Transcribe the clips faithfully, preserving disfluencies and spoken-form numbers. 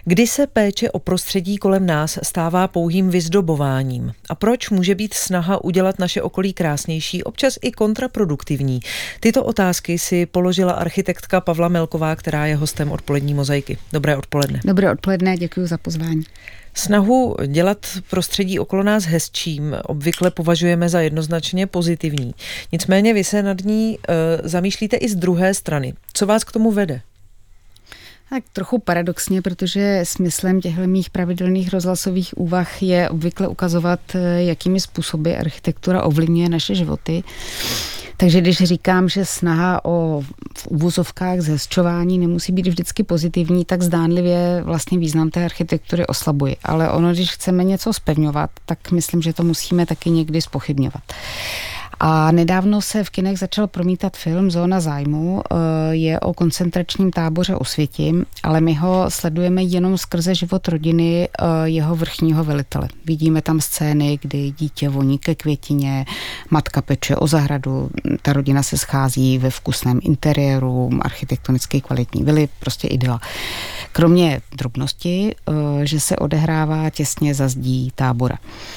Kdy se péče o prostředí kolem nás stává pouhým vyzdobováním? A proč může být snaha udělat naše okolí krásnější občas i kontraproduktivní? Tyto otázky si položila architektka Pavla Melková, která je hostem odpolední mozaiky. Dobré odpoledne. Dobré odpoledne, děkuji za pozvání. Snahu dělat prostředí okolo nás hezčím obvykle považujeme za jednoznačně pozitivní. Nicméně vy se nad ní e, zamýšlíte i z druhé strany. Co vás k tomu vede? Tak trochu paradoxně, protože smyslem těchto mých pravidelných rozhlasových úvah je obvykle ukazovat, jakými způsoby architektura ovlivňuje naše životy. Takže když říkám, že snaha o v uvozovkách zhezčování nemusí být vždycky pozitivní, tak zdánlivě vlastně význam té architektury oslabuje. Ale ono, když chceme něco zpevňovat, tak myslím, že to musíme taky někdy zpochybňovat. A nedávno se v kinech začal promítat film Zóna zájmu, je o koncentračním táboře Osvěti, ale my ho sledujeme jenom skrze život rodiny jeho vrchního velitele. Vidíme tam scény, kdy dítě voní ke květině, matka peče o zahradu, ta rodina se schází ve vkusném interiéru, architektonicky kvalitní vily, prostě idyla. Kromě drobnosti, že se odehrává těsně za zdí tábora.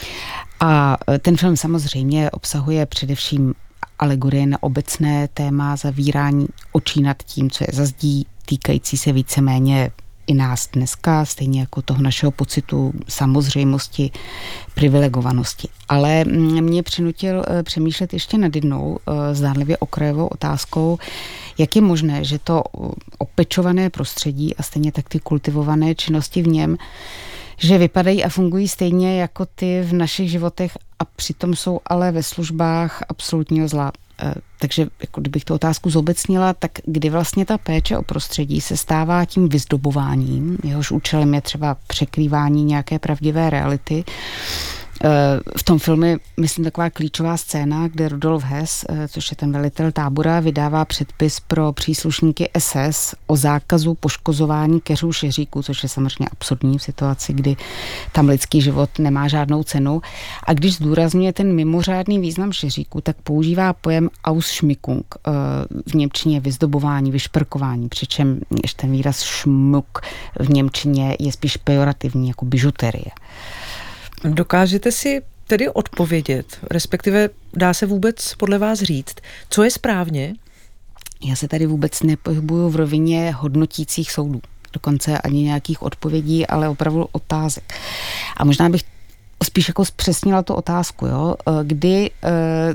A ten film samozřejmě obsahuje především alegorie na obecné téma zavírání očí nad tím, co je za zdí, týkající se víceméně i nás dneska, stejně jako toho našeho pocitu samozřejmosti, privilegovanosti. Ale mě přinutil přemýšlet ještě nad jednou zdánlivě okrajovou otázkou, jak je možné, že to opečované prostředí a stejně tak ty kultivované činnosti v něm, že vypadají a fungují stejně jako ty v našich životech a přitom jsou ale ve službách absolutního zla. Takže jako kdybych tu otázku zobecnila, tak kdy vlastně ta péče o prostředí se stává tím vyzdobováním, jehož účelem je třeba překrývání nějaké pravdivé reality. V tom filmu, myslím, taková klíčová scéna, kde Rudolf Hess, což je ten velitel tábora, vydává předpis pro příslušníky es es o zákazu poškozování keřů šeříků, což je samozřejmě absurdní v situaci, kdy tam lidský život nemá žádnou cenu. A když zdůrazňuje ten mimořádný význam šeříků, tak používá pojem Ausschmückung, v němčině vyzdobování, vyšprkování, přičem ještě ten výraz šmuk v němčině je spíš pejorativní, jako bižuterie. Dokážete si tedy odpovědět, respektive dá se vůbec podle vás říct, co je správně? Já se tady vůbec nepohybuju v rovině hodnotících soudů, dokonce ani nějakých odpovědí, ale opravdu otázek. A možná bych spíš jako zpřesnila tu otázku, jo? Kdy e,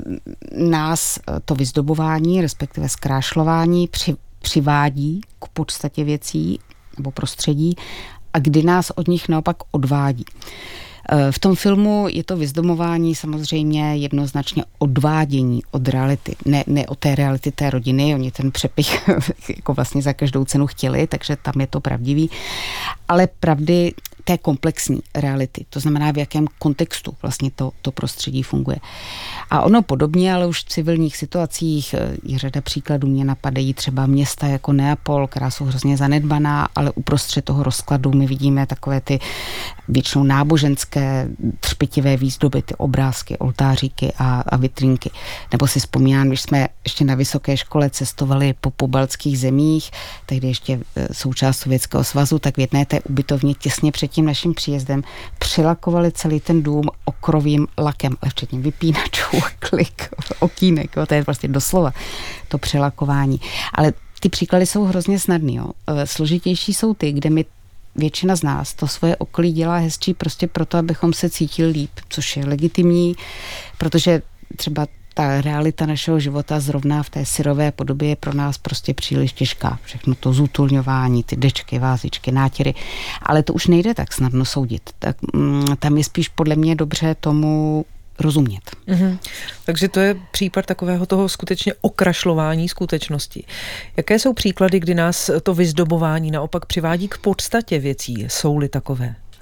nás to vyzdobování, respektive zkrášlování při, přivádí k podstatě věcí nebo prostředí a kdy nás od nich naopak odvádí. V tom filmu je to vyzdomování samozřejmě jednoznačně odvádění od reality. Ne, ne od té reality té rodiny, oni ten přepich jako vlastně za každou cenu chtěli, takže tam je to pravdivý, ale pravdy té komplexní reality, to znamená, v jakém kontextu vlastně to, to prostředí funguje. A ono podobně, ale už v civilních situacích je řada příkladů, mě napadají třeba města jako Neapol, která jsou hrozně zanedbaná, ale uprostřed toho rozkladu my vidíme takové ty většinou náboženské třpitivé výzdoby, ty obrázky, oltáříky a, a vitrínky. Nebo si vzpomínám, když jsme ještě na vysoké škole cestovali po pobaltských zemích, tehdy ještě součást Sovětského svazu, tak v jedné té ubytovně těsně před tím naším příjezdem přilakovali celý ten dům okrovým lakem, ale včetně vypínačů, klik, okýnek, jo, to je vlastně doslova to přelakování. Ale ty příklady jsou hrozně snadný. Jo. Složitější jsou ty, kde my většina z nás to svoje okolí dělá hezčí prostě proto, abychom se cítili líp, což je legitimní, protože třeba ta realita našeho života zrovna v té syrové podobě je pro nás prostě příliš těžká. Všechno to zútulňování, ty dečky, vázičky, nátěry, ale to už nejde tak snadno soudit. Tak, mm, tam je spíš podle mě dobře tomu rozumět. Mm-hmm. Takže to je případ takového toho skutečně okrašlování skutečnosti. Jaké jsou příklady, kdy nás to vyzdobování naopak přivádí k podstatě věcí? Jsou-li takové?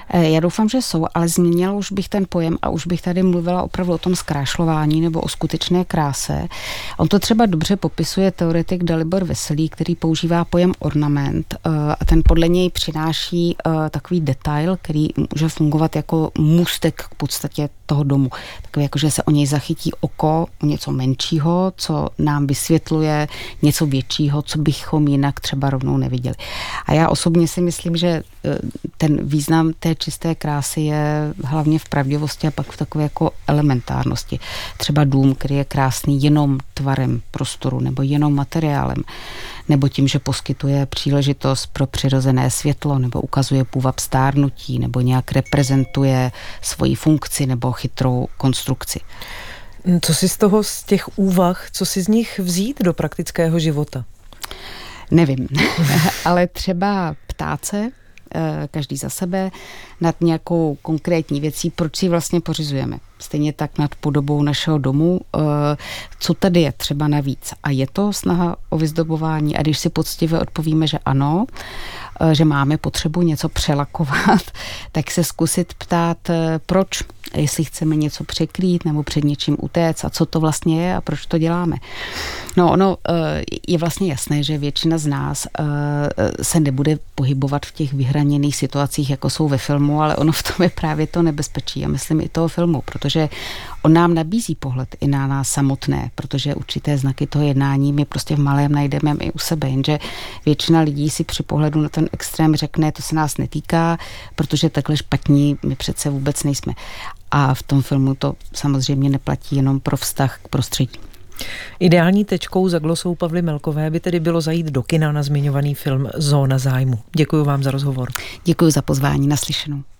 Já doufám, že jsou, ale změnila už bych ten pojem a už bych tady mluvila opravdu o tom zkrášlování nebo o skutečné kráse. On to třeba dobře popisuje teoretik Dalibor Veselý, který používá pojem ornament a ten podle něj přináší takový detail, který může fungovat jako můstek k podstatě toho domu. Takový jako, že se o něj zachytí oko, o něco menšího, co nám vysvětluje něco většího, co bychom jinak třeba rovnou neviděli. A já osobně si myslím, že ten význam té čisté krásy je hlavně v pravdivosti a pak v takové jako elementárnosti. Třeba dům, který je krásný jenom tvarem prostoru nebo jenom materiálem, nebo tím, že poskytuje příležitost pro přirozené světlo, nebo ukazuje půvab stárnutí, nebo nějak reprezentuje svoji funkci nebo chytrou konstrukci. Co si z toho, z těch úvah, co si z nich vzít do praktického života? Nevím, ale třeba ptát se, každý za sebe, nad nějakou konkrétní věcí, proč si vlastně pořizujeme. Stejně tak nad podobou našeho domu, co tady je třeba navíc. A je to snaha o vyzdobování. A když si poctivě odpovíme, že ano, že máme potřebu něco přelakovat, tak se zkusit ptát, proč, jestli chceme něco překrýt nebo před něčím utéct a co to vlastně je a proč to děláme. No, ono je vlastně jasné, že většina z nás se nebude pohybovat v těch vyhraněných situacích, jako jsou ve filmu, ale ono v tom je právě to nebezpečí a myslím i toho filmu, protože on nám nabízí pohled i na nás samotné, protože určité znaky toho jednání my prostě v malém najdeme i u sebe, jenže většina lidí si při pohledu na ten extrém řekne, to se nás netýká, protože takhle špatní my přece vůbec nejsme. A v tom filmu to samozřejmě neplatí jenom pro vztah k prostředí. Ideální tečkou za glosou Pavly Melkové by tedy bylo zajít do kina na zmiňovaný film Zóna zájmu. Děkuji vám za rozhovor. Děkuji za pozvání, naslyšenou.